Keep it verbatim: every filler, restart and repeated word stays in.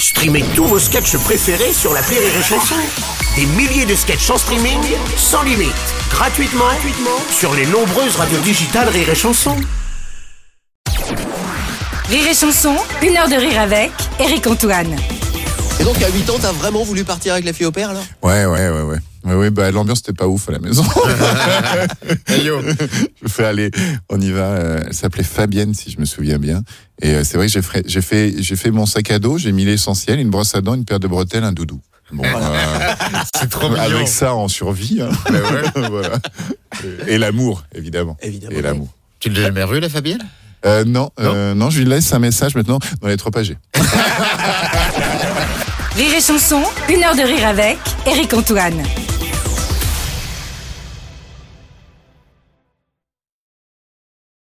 Streamez tous vos sketchs préférés sur l'appli Rire et Chanson. Des milliers de sketchs en streaming, sans limite, gratuitement, gratuitement sur les nombreuses radios digitales Rire et Chanson. Rire et Chanson, une heure de rire avec Eric Antoine. Et donc à huit ans, t'as vraiment voulu partir avec la fille au père alors ? Ouais, ouais, ouais, ouais. Ouais, ouais, bah, l'ambiance était pas ouf à la maison. Hey yo. Je fais aller, on y va. euh, Elle s'appelait Fabienne, si je me souviens bien. Et euh, c'est vrai que j'ai fait, j'ai fait, j'ai fait mon sac à dos, j'ai mis l'essentiel, une brosse à dents, une paire de bretelles, un doudou. Bon, euh, C'est trop mignon. avec ça, on survit. Hein. Mais ouais. Voilà. Et l'amour, évidemment. Évidemment. Et l'amour. Tu l'as jamais revue, la Fabienne ? Euh, non, euh, non, je lui laisse un message maintenant. Non, elle est trop âgée. Rire et Chanson, une heure de rire avec Eric Antoine.